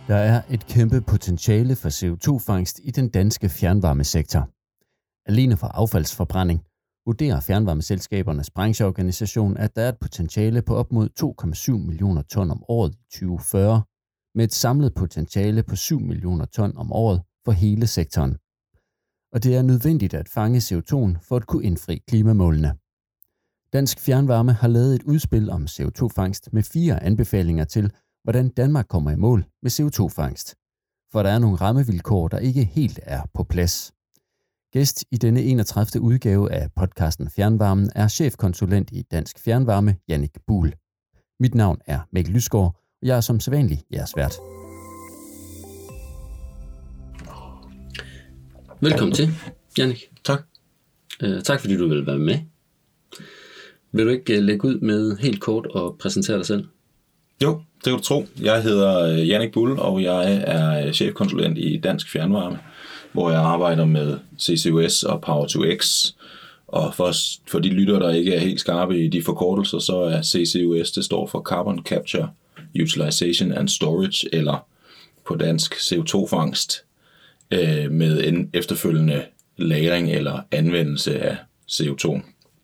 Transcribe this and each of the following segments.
Der er et kæmpe potentiale for CO2-fangst i den danske fjernvarmesektor. Alene for affaldsforbrænding vurderer fjernvarmeselskabernes brancheorganisation, at der er et potentiale på op mod 2,7 millioner ton om året i 2040, med et samlet potentiale på 7 millioner ton om året for hele sektoren. Og det er nødvendigt at fange CO2'en for at kunne indfri klimamålene. Dansk Fjernvarme har lavet et udspil om CO2-fangst med 4 anbefalinger til, hvordan Danmark kommer i mål med CO2-fangst. For der er nogle rammevilkår, der ikke helt er på plads. Gæst i denne 31. udgave af podcasten Fjernvarmen er chefkonsulent i Dansk Fjernvarme, Jannik Buhl. Mit navn er Mikkel Lysgaard, og jeg er som sædvanlig jeres vært. Velkommen til, Jannik. Tak. Tak fordi du vil være med. Vil du ikke lægge ud med helt kort og præsentere dig selv? Jo, det kan du tro. Jeg hedder Jannik Buhl, og jeg er chefkonsulent i Dansk Fjernvarme, hvor jeg arbejder med CCUS og Power-to-X. Og for de lyttere, der ikke er helt skarpe i de forkortelser, så er CCUS, det står for Carbon Capture, Utilization and Storage, eller på dansk CO2-fangst, med en efterfølgende lagring eller anvendelse af CO2.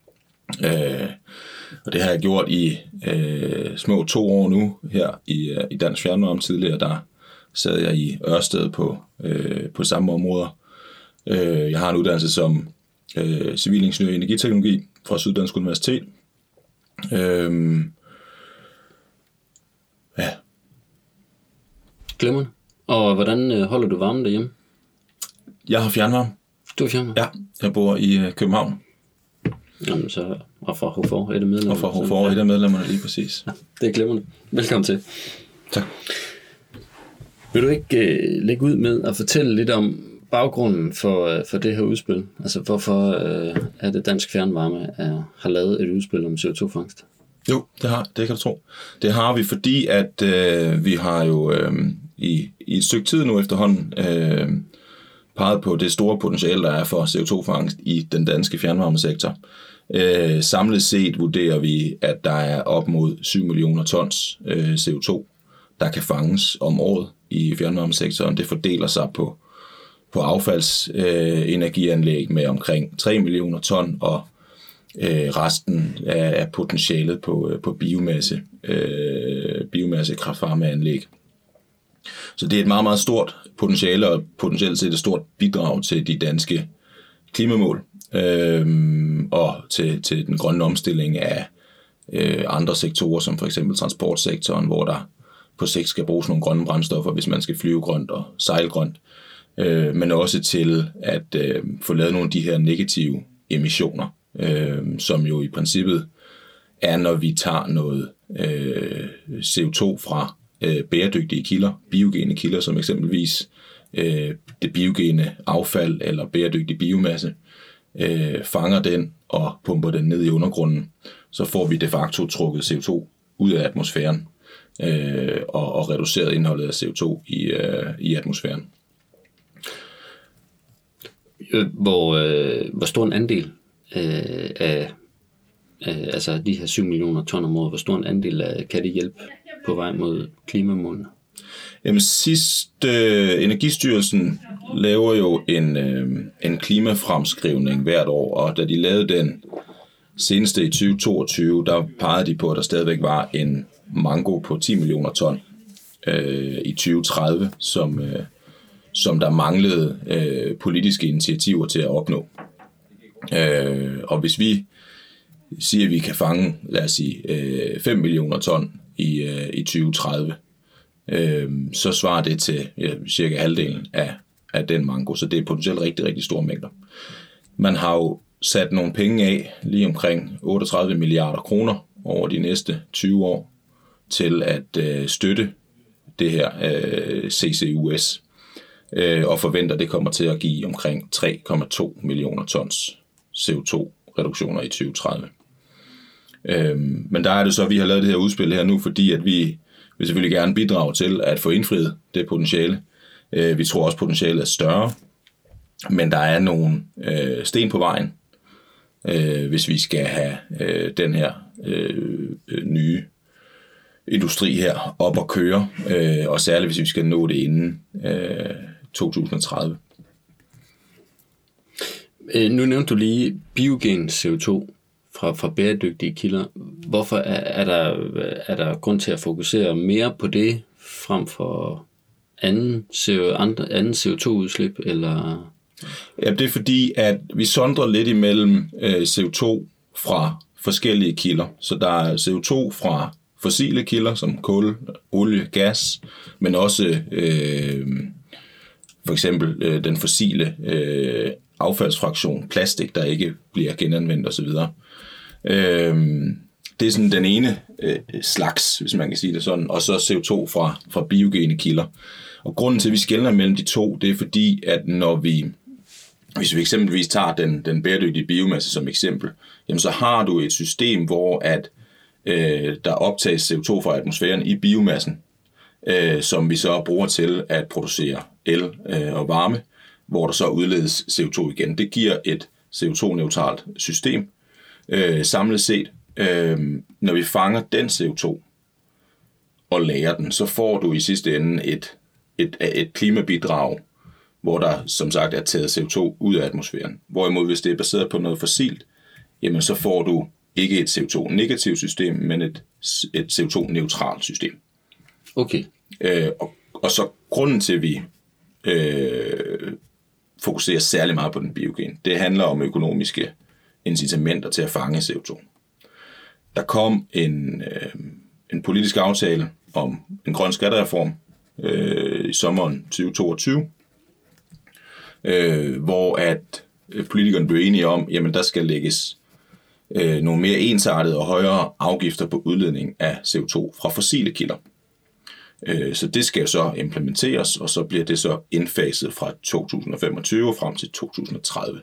Og det har jeg gjort i små 2 år nu her i Dansk Fjernvarme. Tidligere der sad jeg i Ørsted på samme områder. Jeg har en uddannelse som civilingeniør i energiteknologi fra Syddansk Universitet. Ja. Glemmer. Og hvordan holder du varmen derhjemme? Jeg har fjernvarme. Du har fjernvarme? Ja, jeg bor i København. Jamen så, og fra HFOR er det medlemmer. Og fra HFOR er det medlemmerne lige præcis. Ja, det er glimrende. Velkommen til. Tak. Vil du ikke lægge ud med at fortælle lidt om baggrunden for det her udspil? Altså hvorfor er det Dansk Fjernvarme har lavet et udspil om CO2-fangst? Jo, det kan du tro. Det har vi, fordi at vi har jo i et stykke tid nu efterhånden peget på det store potentiale, der er for CO2-fangst i den danske fjernvarmesektor. Samlet set vurderer vi, at der er op mod 7 millioner tons CO2, der kan fanges om året i fjernvarmesektoren. Det fordeler sig på affaldsenergianlæg med omkring 3 millioner ton, og resten af potentialet på biomasse kraftvarmeanlæg. Så det er et meget, meget stort potentiale, og potentielt set et stort bidrag til de danske klimamål, og til den grønne omstilling af andre sektorer, som for eksempel transportsektoren, hvor der på sigt skal bruges nogle grønne brændstoffer, hvis man skal flyve grønt og sejle grønt, men også til at få lavet nogle af de her negative emissioner, som jo i princippet er, når vi tager noget CO2 fra bæredygtige kilder, biogene kilder, som eksempelvis det biogene affald eller bæredygtig biomasse, fanger den og pumper den ned i undergrunden, så får vi de facto trukket CO2 ud af atmosfæren og reduceret indholdet af CO2 i atmosfæren. Hvor stor en andel af altså de her 7 millioner ton om året, hvor stor en andel kan det hjælpe på vej mod klimamålene? Jamen Energistyrelsen laver jo en klimafremskrivning hvert år, og da de lavede den seneste i 2022, der pegede de på, at der stadigvæk var en manko på 10 millioner ton i 2030, som der manglede politiske initiativer til at opnå. Og hvis vi siger, at vi kan fange, lad os sige, 5 millioner ton i 2030, så svarer det til cirka halvdelen af den manko, så det er potentielt rigtig, rigtig store mængder. Man har jo sat nogle penge af, lige omkring 38 milliarder kroner over de næste 20 år, til at støtte det her CCUS, og forventer, at det kommer til at give omkring 3,2 millioner tons CO2-reduktioner i 2030. Men der er det så, at vi har lavet det her udspil her nu, fordi at vi vil selvfølgelig gerne bidrage til at få indfriet det potentiale. Vi tror også, potentialet er større, men der er nogle sten på vejen, hvis vi skal have den her nye industri her op at køre, og særligt hvis vi skal nå det inden 2030. Nu nævnte du lige biogen CO2 fra bæredygtige kilder. Hvorfor er der grund til at fokusere mere på det frem for anden CO2-udslip? Eller? Ja, det er fordi, at vi sondrer lidt imellem CO2 fra forskellige kilder. Så der er CO2 fra fossile kilder, som kul, olie, gas, men også for eksempel den fossile affaldsfraktion, plastik, der ikke bliver genanvendt osv. Det er sådan den ene slags, hvis man kan sige det sådan, og så CO2 fra biogene kilder. Og grunden til, at vi skelner mellem de to, det er fordi, at hvis vi eksempelvis tager den bæredygtige biomasse som eksempel, jamen så har du et system, hvor at der optages CO2 fra atmosfæren i biomassen, som vi så bruger til at producere el og varme, hvor der så udledes CO2 igen. Det giver et CO2-neutralt system. Samlet set, når vi fanger den CO2 og lagrer den, så får du i sidste ende et klimabidrag, hvor der som sagt er taget CO2 ud af atmosfæren. Hvorimod hvis det er baseret på noget fossilt, jamen så får du ikke et CO2-negativt system, men et CO2-neutralt system. Okay. Og så grunden til, at vi fokuserer særlig meget på den biogen, det handler om økonomiske incitamenter til at fange CO2. Der kom en politisk aftale om en grøn skattereform i sommeren 2022, hvor at politikerne blev enige om, jamen der skal lægges nogle mere ensartede og højere afgifter på udledning af CO2 fra fossile kilder. Så det skal jo så implementeres, og så bliver det så indfaset fra 2025 frem til 2030.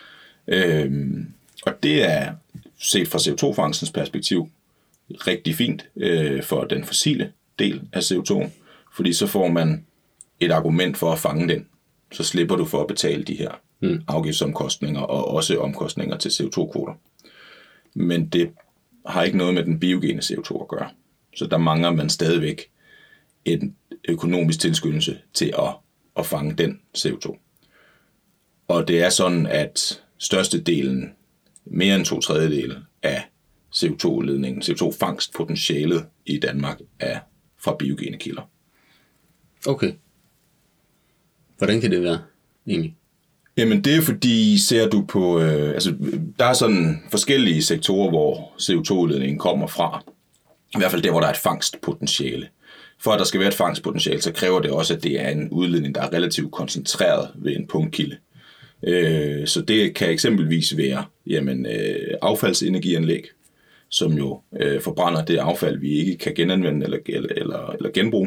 Og det er set fra CO2-fangstens perspektiv rigtig fint for den fossile del af CO2, fordi så får man et argument for at fange den. Så slipper du for at betale de her afgiftsomkostninger og også omkostninger til CO2-kvoter. Men det har ikke noget med den biogene CO2 at gøre. Så der mangler man stadigvæk en økonomisk tilskyndelse til at fange den CO2. Og det er sådan, at størstedelen, mere end 2/3 af CO2-udledningen, CO2-fangstpotentialet i Danmark er fra biogene kilder. Okay. Hvordan kan det være egentlig? Jamen det er fordi, ser du på, der er sådan forskellige sektorer, hvor CO2-udledningen kommer fra. I hvert fald der, hvor der er et fangstpotentiale. For at der skal være et fangstpotentiale, så kræver det også, at det er en udledning, der er relativt koncentreret ved en punktkilde. Så det kan eksempelvis være affaldsenergianlæg, som jo forbrænder det affald, vi ikke kan genanvende eller genbruge.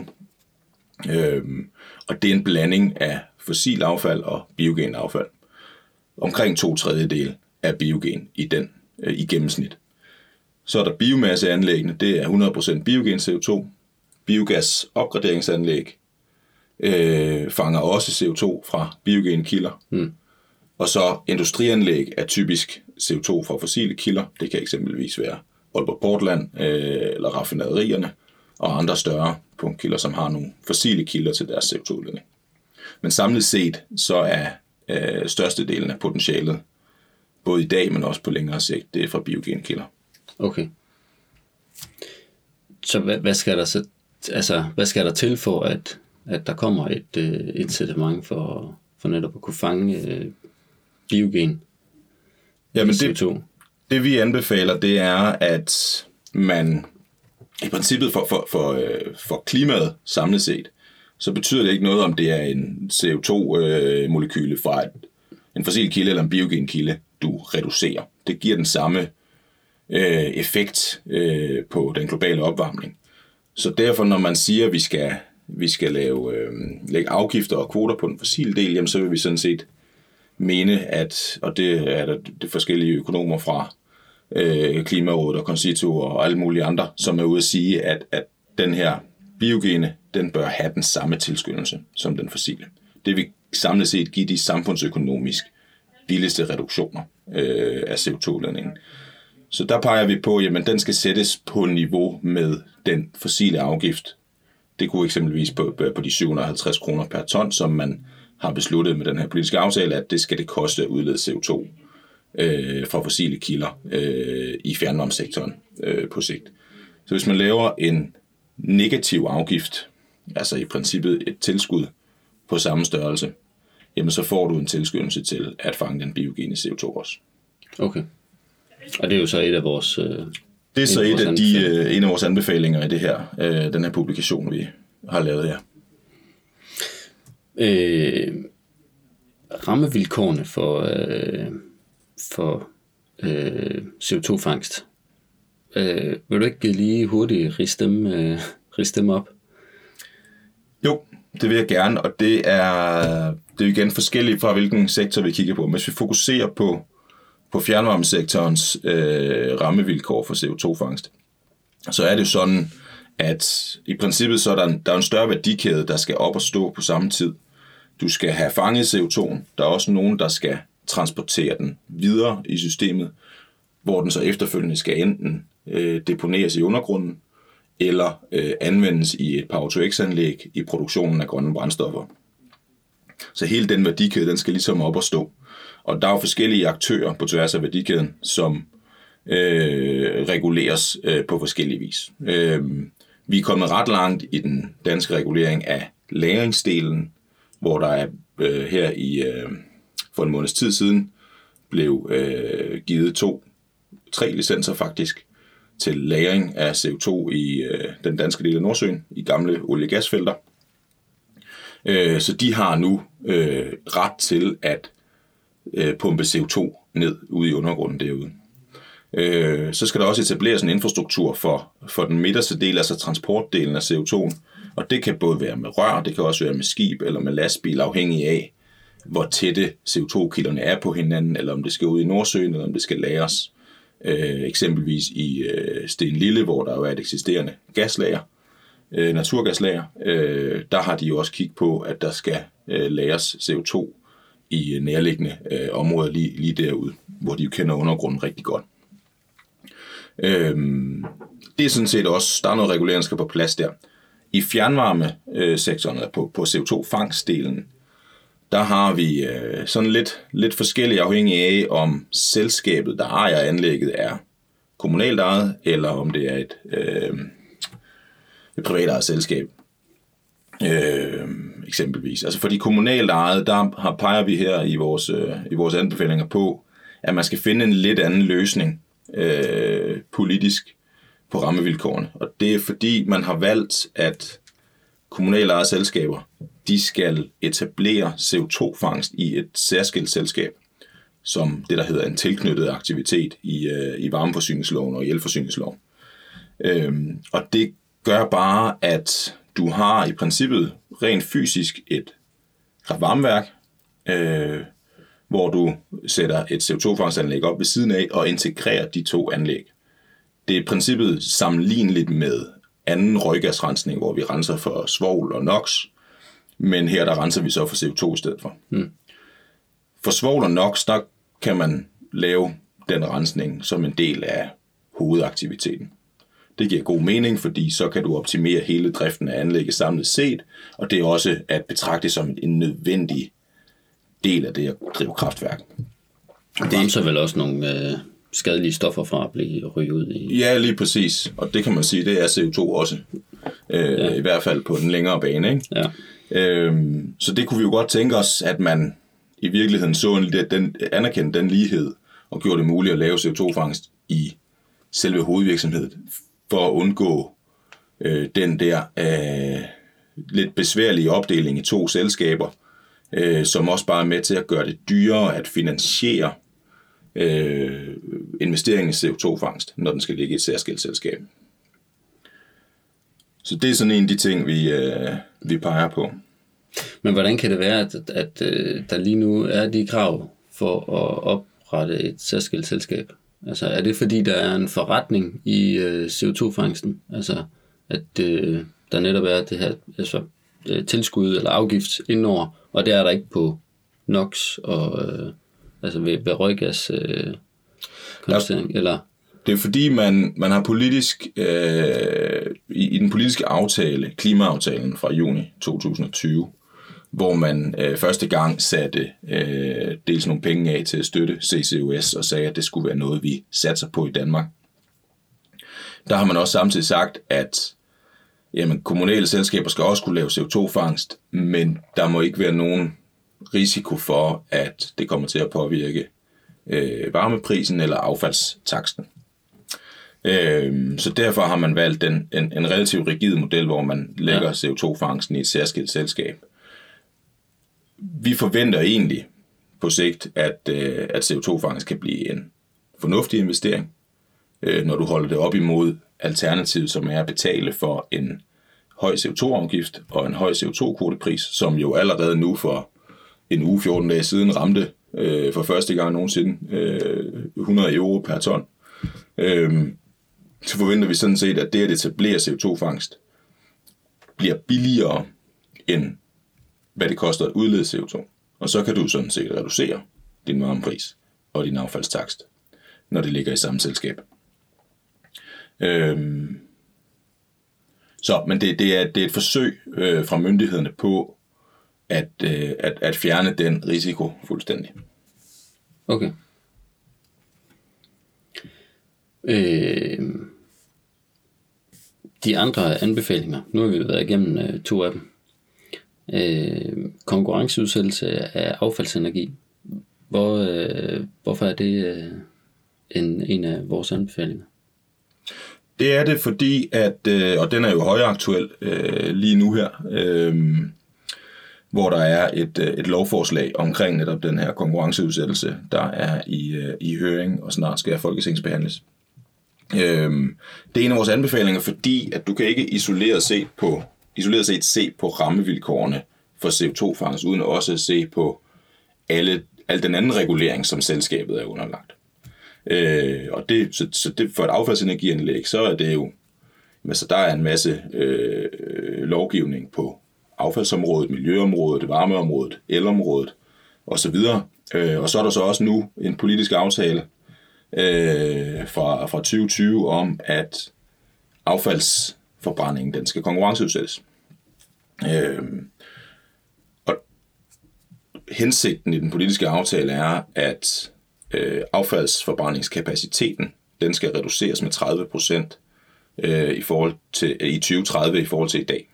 Og det er en blanding af fossil affald og biogen affald. Omkring 2/3 er biogen i gennemsnit. Så er der biomasseanlæggene, det er 100% biogen CO2. Biogas opgraderingsanlæg fanger også CO2 fra biogene kilder. Og så industrianlæg er typisk CO2 fra fossile kilder. Det kan eksempelvis være Aalborg Portland eller raffinaderierne og andre større punktkilder, som har nogle fossile kilder til deres CO2-udledning. Men samlet set så er størstedelen af potentialet, både i dag, men også på længere sigt, det er fra biogene kilder. Okay. Så hvad skal der til for, at der kommer et incitament for netop at kunne fange biogen CO2? Det vi anbefaler, det er, at man i princippet for klimaet samlet set, så betyder det ikke noget, om det er en CO2-molekyle fra en fossil kilde eller en biogen kilde, du reducerer. Det giver den samme effekt på den globale opvarmning. Så derfor, når man siger, at vi skal lægge afgifter og kvoter på den fossile del, jamen, så vil vi sådan set mene, at, og det er der de forskellige økonomer fra Klimarådet og Concito og alle mulige andre, som er ude at sige, at den her biogene, den bør have den samme tilskyndelse som den fossile. Det vil samlet set give de samfundsøkonomisk billigste reduktioner af CO2-udledningen. Så der peger vi på, jamen den skal sættes på niveau med den fossile afgift. Det kunne eksempelvis på de 750 kroner per ton, som man har besluttet med den her politiske aftale, at det skal det koste at udlede CO2 fra fossile kilder i fjernvarmesektoren på sigt. Så hvis man laver en negativ afgift, altså i princippet et tilskud på samme størrelse, jamen så får du en tilskyndelse til at fange den biogene CO2 også. Okay. Og det er jo så et af vores... Det er så en af vores anbefalinger i det her, den her publikation, vi har lavet her. Rammevilkårene for CO2-fangst. Vil du ikke lige hurtigt riste dem op? Jo, det vil jeg gerne, og det er igen forskelligt fra hvilken sektor vi kigger på. Hvis vi fokuserer på fjernvarmesektorens rammevilkår for CO2-fangst, så er det jo sådan, at i princippet så er der en større værdikæde, der skal op og stå på samme tid. Du skal have fanget CO2'en. Der er også nogen, der skal transportere den videre i systemet, hvor den så efterfølgende skal enten deponeres i undergrunden, eller anvendes i et Power-to-X-anlæg i produktionen af grønne brændstoffer. Så hele den værdikæde, den skal ligesom op og stå. Og der er jo forskellige aktører på tværs af værdikæden, som reguleres på forskellige vis. Vi er kommet ret langt i den danske regulering af lagringsdelen, hvor der er for en måneds tid siden blev givet 3 licenser faktisk til lagring af CO2 i den danske del af Nordsøen, i gamle olie-gasfelter. Så de har nu ret til at pumpe CO2 ned ude i undergrunden derude. Så skal der også etableres en infrastruktur for den midterste del, altså transportdelen af CO2'en. Og det kan både være med rør, det kan også være med skib eller med lastbil, afhængig af, hvor tætte CO2-kilderne er på hinanden, eller om det skal ud i Nordsøen, eller om det skal lagres. Eksempelvis i Stenlille, hvor der jo er et eksisterende gaslager, naturgaslager. Der har de jo også kigget på, at der skal lagres CO2 i nærliggende områder lige derude, hvor de jo kender undergrunden rigtig godt. Det er sådan set også, der er noget regulering, der skal på plads der. I fjernvarmesektoren, på CO2-fangstdelen, der har vi sådan lidt forskellige afhængig af, om selskabet, der ejer anlægget, er kommunalt ejet, eller om det er et privat ejet selskab. Eksempelvis. Altså for de kommunalt ejede, der peger vi her i vores anbefalinger på, at man skal finde en lidt anden løsning politisk på rammevilkårene. Og det er fordi, man har valgt, at kommunalt ejede selskaber, de skal etablere CO2-fangst i et særskilt selskab, som det, der hedder en tilknyttet aktivitet i varmeforsyningsloven og i elforsyningsloven. Og det gør bare, at du har i princippet rent fysisk et kraft-varmeværk, hvor du sætter et CO2-fangstanlæg op ved siden af og integrerer de 2 anlæg. Det er i princippet sammenligneligt med anden røggasrensning, hvor vi renser for svovl og NOx, men her der renser vi så for CO2 i stedet for. For svovl og NOx, der kan man lave den rensning som en del af hovedaktiviteten. Det giver god mening, fordi så kan du optimere hele driften af anlægget samlet set, og det er også at betragte som en nødvendig del af det at drive kraftværk. Det bremser vel også nogle skadelige stoffer fra at blive ryge ud i. Ja, lige præcis. Og det kan man sige, det er CO2 også. I hvert fald på den længere bane. Ikke? Ja. Så det kunne vi jo godt tænke os, at man i virkeligheden anerkendte den lighed og gjorde det muligt at lave CO2-fangst i selve hovedvirksomheden for at undgå den der lidt besværlige opdeling i 2 selskaber, som også bare er med til at gøre det dyrere at finansiere investeringen i CO2-fangst, når den skal ligge i et særskilt selskab. Så det er sådan en af de ting, vi peger på. Men hvordan kan det være, at der lige nu er de krav for at oprette et særskilt selskab? Altså er det fordi, der er en forretning i CO2-fangsten? Altså at der netop er det her tilskud eller afgift indenover, og det er der ikke på NOx og ved røggas eller? Det er fordi, man har politisk, i den politiske aftale, klimaaftalen fra juni 2020, hvor man første gang satte dels nogle penge af til at støtte CCUS og sagde, at det skulle være noget, vi satser på i Danmark. Der har man også samtidig sagt, at jamen, kommunale selskaber skal også kunne lave CO2-fangst, men der må ikke være nogen risiko for, at det kommer til at påvirke varmeprisen eller affaldstaksten. Så derfor har man valgt en relativt rigid model, hvor man lægger CO2-fangsten i et særskilt selskab. Vi forventer egentlig på sigt, at CO2-fangst kan blive en fornuftig investering, når du holder det op imod alternativet, som er at betale for en høj CO2-afgift og en høj CO2-kvotepris, som jo allerede nu for en uge 14 dage siden ramte for første gang nogensinde 100 euro per ton. Så forventer vi sådan set, at det at etablere CO2-fangst bliver billigere end hvad det koster at udlede CO2. Og så kan du sådan set reducere din varmepris og din affaldstakst, når det ligger i samme selskab. Men det er et forsøg fra myndighederne på at fjerne den risiko fuldstændig. Okay. De andre anbefalinger, nu har vi været igennem 2 af dem. Konkurrenceudsættelse af affaldsenergi. Hvorfor er det en af vores anbefalinger? Det er det, fordi og den er jo højaktuel lige nu her, hvor der er et lovforslag omkring netop den her konkurrenceudsættelse, der er i høring og snart skal folketingsbehandles. Det er en af vores anbefalinger, fordi at du kan ikke isoleret set se på rammevilkårene for CO2-fangst, uden også at se på al den anden regulering, som selskabet er underlagt. Og det for et affaldsenergianlæg, så er det jo, altså der er en masse lovgivning på affaldsområdet, miljøområdet, varmeområdet, elområdet osv. Og så er der så også nu en politisk aftale fra 2020 om, at affaldsforbrændingen den skal konkurrenceudsættes. Og hensigten i den politiske aftale er, at affaldsforbrændingskapaciteten den skal reduceres med 30% i forhold til i 2030 i forhold til i dag.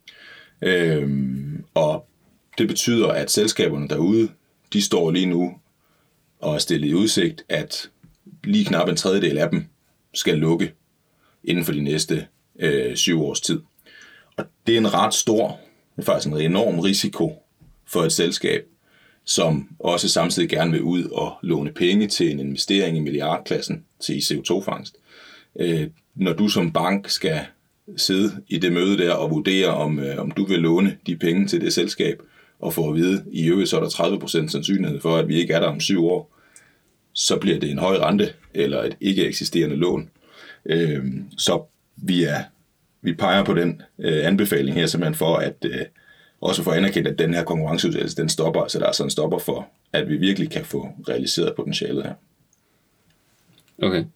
Og det betyder, at selskaberne derude, de står lige nu og er stillet i udsigt, at lige knap en tredjedel af dem skal lukke inden for de næste 7 års tid. Og det er en ret stor, faktisk en enorm risiko for et selskab, som også samtidig gerne vil ud og låne penge til en investering i milliardklassen til CO2-fangst. Når du som bank skal sidde i det møde der og vurdere, om du vil låne de penge til det selskab, og få at vide, i øvrigt så er der 30% sandsynlighed for, at vi ikke er der om 7 år, så bliver det en høj rente eller et ikke eksisterende lån. Så vi peger på den anbefaling her simpelthen for at også for at anerkende, at den her konkurrenceudsættelse, den stopper, så der er sådan en stopper for, at vi virkelig kan få realiseret potentialet her. Okay.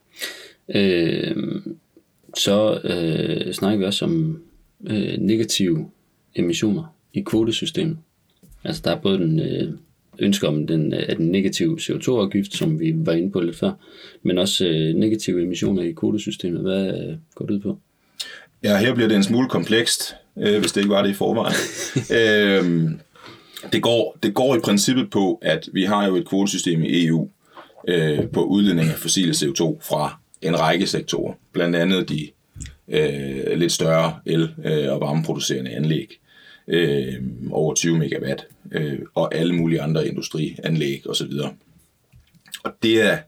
Så snakker vi også om negative emissioner i kvotesystemet. Altså der er både den ønske om den negative CO2-afgift, som vi var inde på lidt før, men også negative emissioner i kvotesystemet. Hvad går det ud på? Ja, her bliver det en smule komplekst, hvis det ikke var det i forvejen. Det går i princippet på, at vi har jo et kvotesystem i EU på udledning af fossile CO2 fra en række sektorer, blandt andet de lidt større el- og varmeproducerende anlæg, over 20 megawatt, og alle mulige andre industrianlæg osv. Og det er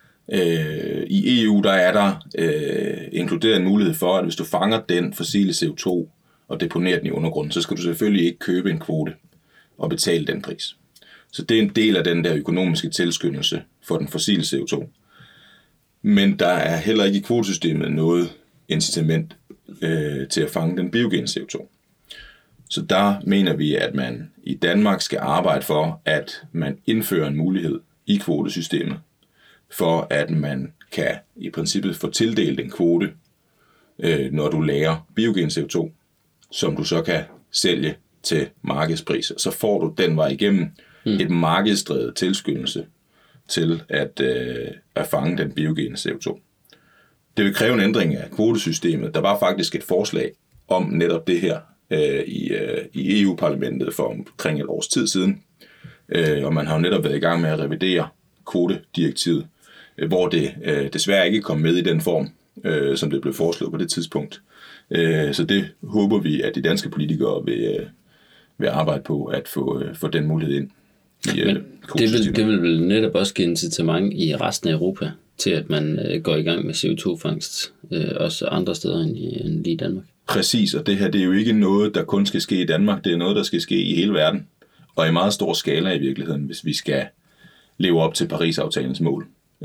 i EU, der er der inkluderet en mulighed for, at hvis du fanger den fossile CO2 og deponerer den i undergrunden, så skal du selvfølgelig ikke købe en kvote og betale den pris. Så det er en del af den der økonomiske tilskyndelse for den fossile CO2. Men der er heller ikke i kvotesystemet noget incitament til at fange den biogene CO2. Så der mener vi, at man i Danmark skal arbejde for, at man indfører en mulighed i kvotesystemet, for at man kan i princippet få tildelt en kvote, når du lagrer biogen CO2, som du så kan sælge til markedspris. Så får du den vej igennem et markedsdrevet tilskyndelse til at fange den biogene CO2. Det vil kræve en ændring af kvotesystemet. Der var faktisk et forslag om netop det her i EU-parlamentet for omkring et års tid siden, og man har jo netop været i gang med at revidere kvotedirektivet, hvor det desværre ikke kom med i den form, som det blev foreslået på det tidspunkt. Så det håber vi, at de danske politikere vil arbejde på at få den mulighed ind. Det vil netop også give incitament i resten af Europa til, at man går i gang med CO2-fangst, også andre steder end lige i Danmark. Præcis, og det her det er jo ikke noget, der kun skal ske i Danmark, det er noget, der skal ske i hele verden, og i meget stor skala i virkeligheden, hvis vi skal leve op til Paris-aftalens mål.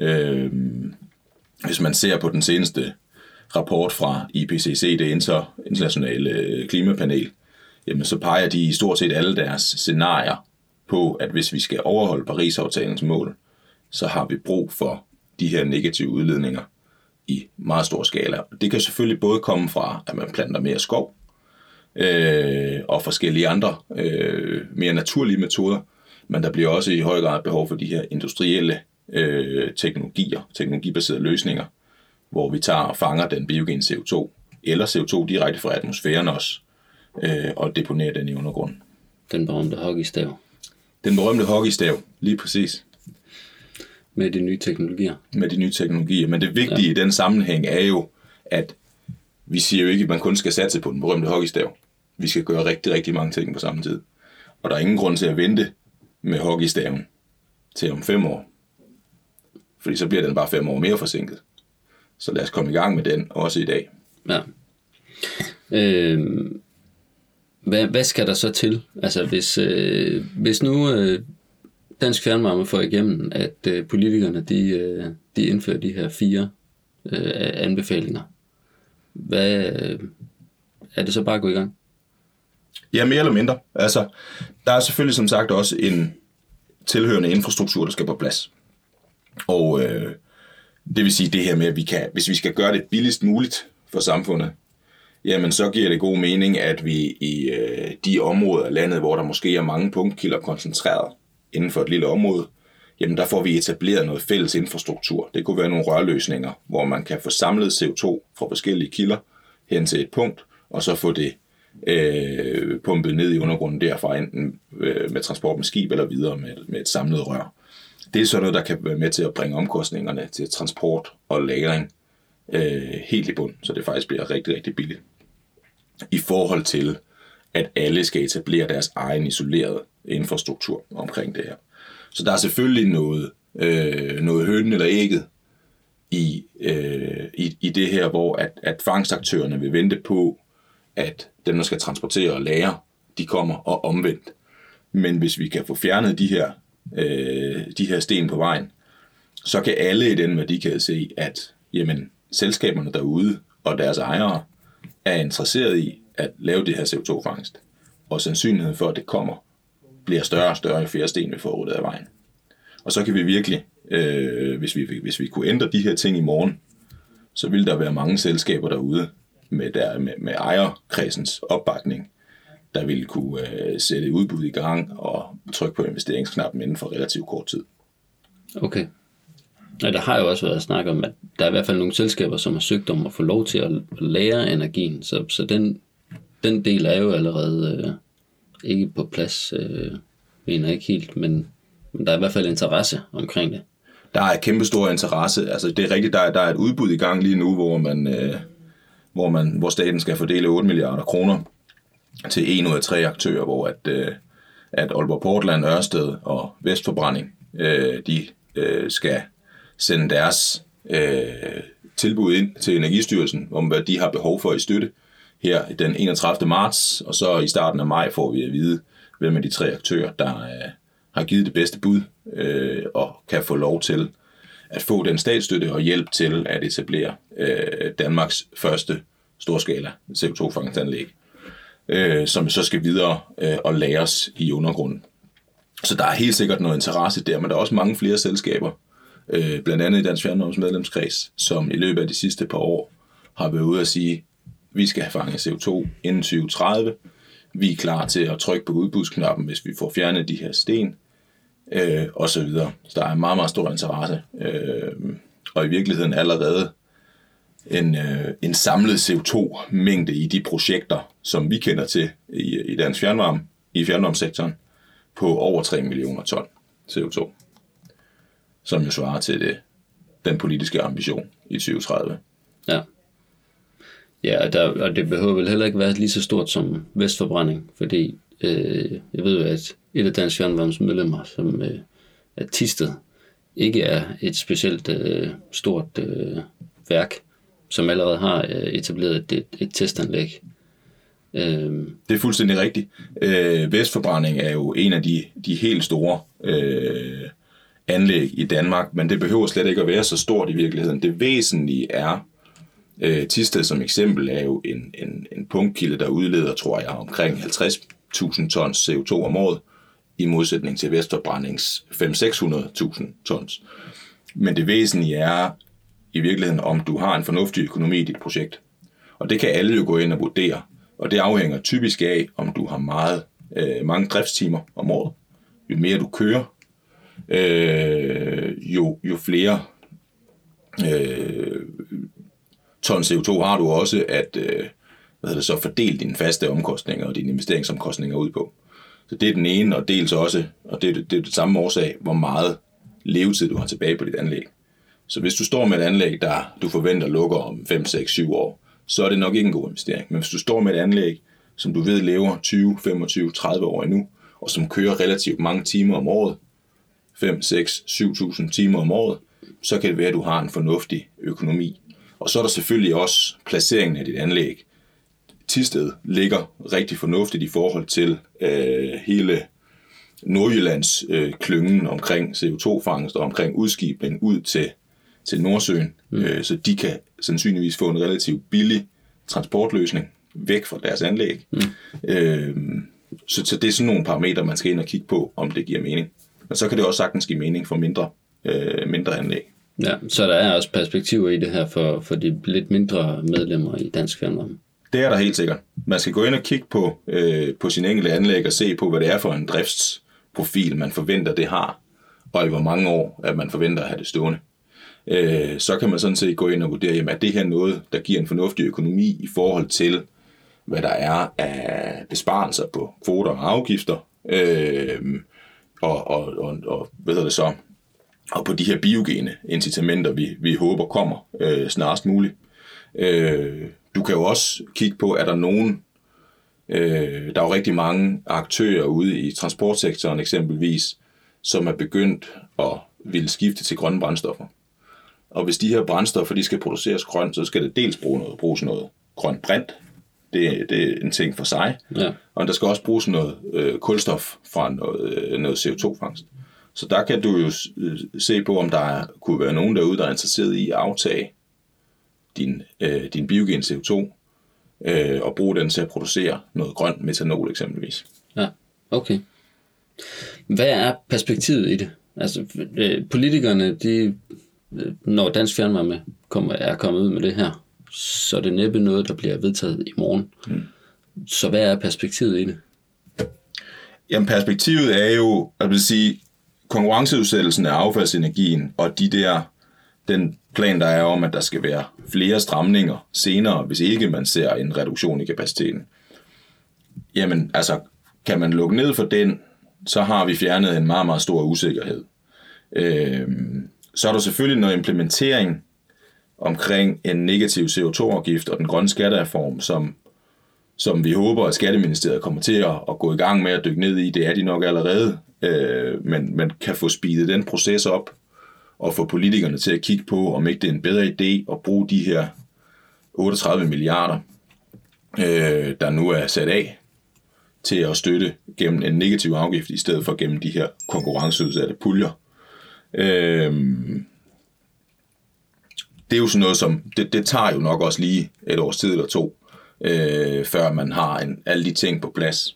Hvis man ser på den seneste rapport fra IPCC, det internationale klimapanel, jamen så peger de i stort set alle deres scenarier på, at hvis vi skal overholde Paris-aftalens mål, så har vi brug for de her negative udledninger i meget stor skala. Det kan selvfølgelig både komme fra, at man planter mere skov, og forskellige andre mere naturlige metoder, men der bliver også i høj grad behov for de her industrielle teknologibaserede løsninger, hvor vi tager og fanger den biogene CO2, eller CO2 direkte fra atmosfæren også, og deponerer den i undergrunden. Den berømte hockeystav. Den berømte hockeystav, lige præcis. Med de nye teknologier. Med de nye teknologier. Men det vigtige i den sammenhæng er jo, at vi siger jo ikke, at man kun skal satse på den berømte hockeystav. Vi skal gøre rigtig, rigtig mange ting på samme tid. Og der er ingen grund til at vente med hockeystaven til om 5 år. Fordi så bliver den bare 5 år mere forsinket. Så lad os komme i gang med den også i dag. Ja. Hvad skal der så til? Altså hvis nu Dansk Fjernvarme får igennem, at politikerne de indfører de her 4 anbefalinger, hvad er det så bare at gå i gang? Ja, mere eller mindre. Altså, der er selvfølgelig som sagt også en tilhørende infrastruktur, der skal på plads. Og det vil sige det her med, at hvis vi skal gøre det billigst muligt for samfundet, jamen så giver det god mening, at vi i de områder af landet, hvor der måske er mange punktkilder koncentreret inden for et lille område, jamen der får vi etableret noget fælles infrastruktur. Det kunne være nogle rørløsninger, hvor man kan få samlet CO2 fra forskellige kilder hen til et punkt, og så få det pumpet ned i undergrunden derfra, enten med transport med skib eller videre med et samlet rør. Det er sådan noget, der kan være med til at bringe omkostningerne til transport og lagring helt i bund, så det faktisk bliver rigtig, rigtig billigt. I forhold til, at alle skal etablere deres egen isolerede infrastruktur omkring det her. Så der er selvfølgelig noget hønen eller ægget i det her, hvor at fangstaktørerne vil vente på, at dem, der skal transportere og lagre, de kommer og omvendt. Men hvis vi kan få fjernet de her sten på vejen, så kan alle i den værdikæde se, at jamen, selskaberne derude og deres ejere er interesseret i at lave det her CO2-fangst. Og sandsynligheden for, at det kommer, bliver større og større, jo flere sten vi får ryddet af vejen. Og så kan vi virkelig, hvis vi kunne ændre de her ting i morgen, så ville der være mange selskaber derude med ejerkredsens opbakning, der ville kunne sætte udbud i gang og trykke på investeringsknappen inden for relativt kort tid. Okay. Ja, der har jo også været snak om, at der er i hvert fald nogle selskaber, som har søgt om at få lov til at lagre energien, så den del er jo allerede ikke på plads, mener ikke helt, men der er i hvert fald interesse omkring det. Der er kæmpe stor interesse. Altså det er rigtigt, der er et udbud i gang lige nu, hvor staten skal fordele 8 milliarder kroner til 1 ud af 3 aktører, hvor at Aalborg Portland, Ørsted og Vestforbrænding, de skal sende deres tilbud ind til Energistyrelsen om, hvad de har behov for i støtte her den 31. marts, og så i starten af maj får vi at vide, hvem af de 3 aktører, der har givet det bedste bud og kan få lov til at få den statsstøtte og hjælp til at etablere Danmarks første storskala CO2-fangstanlæg, som så skal videre og lagres i undergrunden. Så der er helt sikkert noget interesse der, men der er også mange flere selskaber, blandt andet i Dansk Fjernvarmes medlemskreds, som i løbet af de sidste par år har været ude at sige, vi skal have fanget CO2 inden 2030. Vi er klar til at trykke på udbudsknappen, hvis vi får fjernet de her sten, og så videre. Så der er en meget, meget stor interesse, og i virkeligheden allerede en samlet CO2-mængde i de projekter, som vi kender til i Dansk Fjernvarme, i fjernvarmesektoren, på over 3 millioner ton CO2, som jo svarer til den politiske ambition i 2030. Ja. Ja, og det behøver vel heller ikke være lige så stort som Vestforbrænding, fordi jeg ved jo, at et af Dansk Fjernvarmes medlemmer, som er Thisted, ikke er et specielt stort værk, som allerede har etableret et testanlæg. Det er fuldstændig rigtigt. Vestforbrænding er jo en af de helt store anlæg i Danmark, men det behøver slet ikke at være så stort i virkeligheden. Det væsentlige er, Thisted som eksempel er jo en punktkilde, der udleder, tror jeg, omkring 50.000 tons CO2 om året, i modsætning til Vestforbrændings 500-600.000 tons. Men det væsentlige er i virkeligheden, om du har en fornuftig økonomi i dit projekt. Og det kan alle jo gå ind og vurdere. Og det afhænger typisk af, om du har mange driftstimer om året. Jo mere du kører, jo flere ton CO2 har du også at fordele dine faste omkostninger og dine investeringsomkostninger ud på. Så det er den ene, og dels også, og det er det samme årsag, hvor meget levetid du har tilbage på dit anlæg. Så hvis du står med et anlæg, der du forventer lukker om 5, 6, 7 år, så er det nok ikke en god investering. Men hvis du står med et anlæg, som du ved lever 20, 25, 30 år endnu, og som kører relativt mange timer om året, 5, 6, 7.000 timer om året, så kan det være, at du har en fornuftig økonomi. Og så er der selvfølgelig også placeringen af dit anlæg. Thisted ligger rigtig fornuftigt i forhold til hele Nordjyllands klyngen omkring CO2-fangst og omkring udskibning ud til Nordsøen, så de kan sandsynligvis få en relativt billig transportløsning væk fra deres anlæg. Så det er sådan nogle parametre, man skal ind og kigge på, om det giver mening. Men så kan det også sagtens give mening for mindre anlæg. Ja, så der er også perspektiver i det her for de lidt mindre medlemmer i Dansk Fjernvarme. Det er der helt sikkert. Man skal gå ind og kigge på sin enkelte anlæg og se på, hvad det er for en driftsprofil, man forventer, det har, og i hvor mange år, at man forventer at have det stående. Så kan man sådan set gå ind og vurdere, jamen, er det her noget, der giver en fornuftig økonomi i forhold til, hvad der er af besparelser på kvoter og afgifter, og hvad hedder det så, og på de her biogene incitamenter, vi håber kommer snarest muligt. Du kan jo også kigge på, er der nogen, der er jo rigtig mange aktører ude i transportsektoren eksempelvis, som er begyndt at ville skifte til grønne brændstoffer. Og hvis de her brændstoffer, de skal produceres grønt, så skal det dels bruges noget grønt brint. Det er en ting for sig. Ja. Og der skal også bruges noget kulstof fra noget CO2-fangst. Så der kan du jo se på, om der kunne være nogen derude, der er interesseret i at aftage din biogen CO2 og bruge den til at producere noget grønt metanol eksempelvis. Ja, okay. Hvad er perspektivet i det? Altså politikerne, når Dansk Fjernvarme er kommet ud med det her, så er det næppe noget, der bliver vedtaget i morgen. Så hvad er perspektivet i det? Jamen perspektivet er jo, at vil sige, konkurrenceudsættelsen af affaldsenergien og den plan, der er om, at der skal være flere stramninger senere, hvis ikke man ser en reduktion i kapaciteten. Jamen, altså, kan man lukke ned for den, så har vi fjernet en meget, meget stor usikkerhed. Så er der selvfølgelig noget implementering omkring en negativ CO2-afgift og den grønne skattereform, som vi håber, at Skatteministeriet kommer til at gå i gang med at dykke ned i. Det er de nok allerede, men man kan få speedet den proces op og få politikerne til at kigge på, om ikke det er en bedre idé at bruge de her 38 milliarder, der nu er sat af til at støtte gennem en negativ afgift, i stedet for gennem de her konkurrenceudsatte puljer. Det er jo sådan noget, som det tager jo nok også lige et års tid eller to, før man har alle de ting på plads.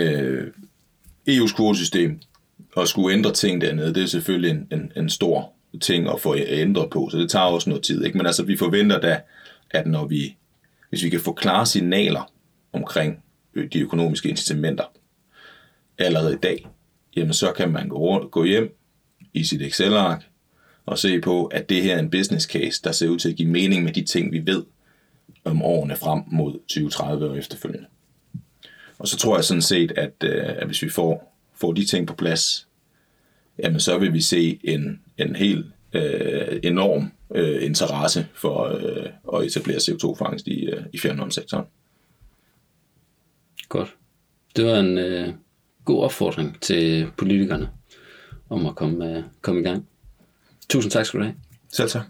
EU's kvotesystem og skulle ændre ting dernede, det er selvfølgelig en stor ting at få ændret på, så det tager også noget tid. Ikke? Men altså, vi forventer da, at hvis vi kan få klare signaler omkring de økonomiske incitamenter allerede i dag, jamen så kan man gå hjem i sit Excel-ark og se på, at det her er en business case, der ser ud til at give mening med de ting, vi ved om årene frem mod 2030 og efterfølgende. Og så tror jeg sådan set, at hvis vi får de ting på plads, jamen så vil vi se en helt enorm interesse for at etablere CO2-fangst i fjernvarmesektoren. Godt. Det var en god opfordring til politikerne om at komme i gang. Tusind tak skal du have. Selv tak.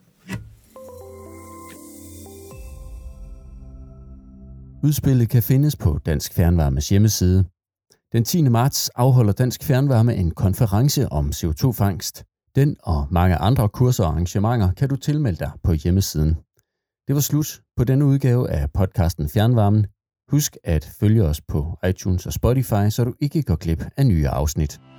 Udspillet kan findes på Dansk Fjernvarmes hjemmeside. Den 10. marts afholder Dansk Fjernvarme en konference om CO2-fangst. Den og mange andre kurser og arrangementer kan du tilmelde dig på hjemmesiden. Det var slut på denne udgave af podcasten Fjernvarmen. Husk at følge os på iTunes og Spotify, så du ikke går glip af nye afsnit.